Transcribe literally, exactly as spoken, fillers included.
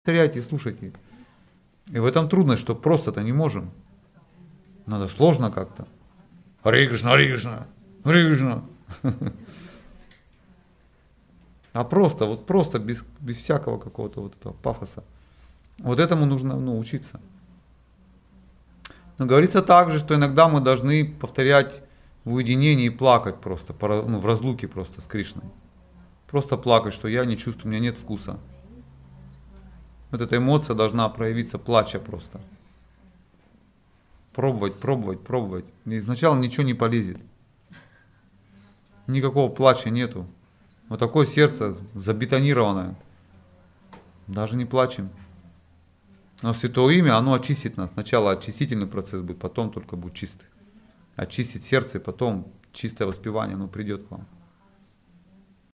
повторяйте и слушайте. И в этом трудность, что просто-то не можем. Надо сложно как-то. Харе Кришна, Харе Кришна, Харе Кришна. А просто, вот просто, без, без всякого какого-то вот этого пафоса. Вот этому нужно ну, учиться. Но говорится также, что иногда мы должны повторять в уединении и плакать просто, ну, в разлуке просто с Кришной. Просто плакать, что я не чувствую, у меня нет вкуса. Вот эта эмоция должна проявиться плача просто. Пробовать, пробовать, пробовать. И сначала ничего не полезет. Никакого плача нету. Вот такое сердце забетонированное. Даже не плачем. Но Святое Имя, оно очистит нас. Сначала очистительный процесс будет, потом только будет чистый. Очистить сердце, потом чистое воспевание, оно придет к вам.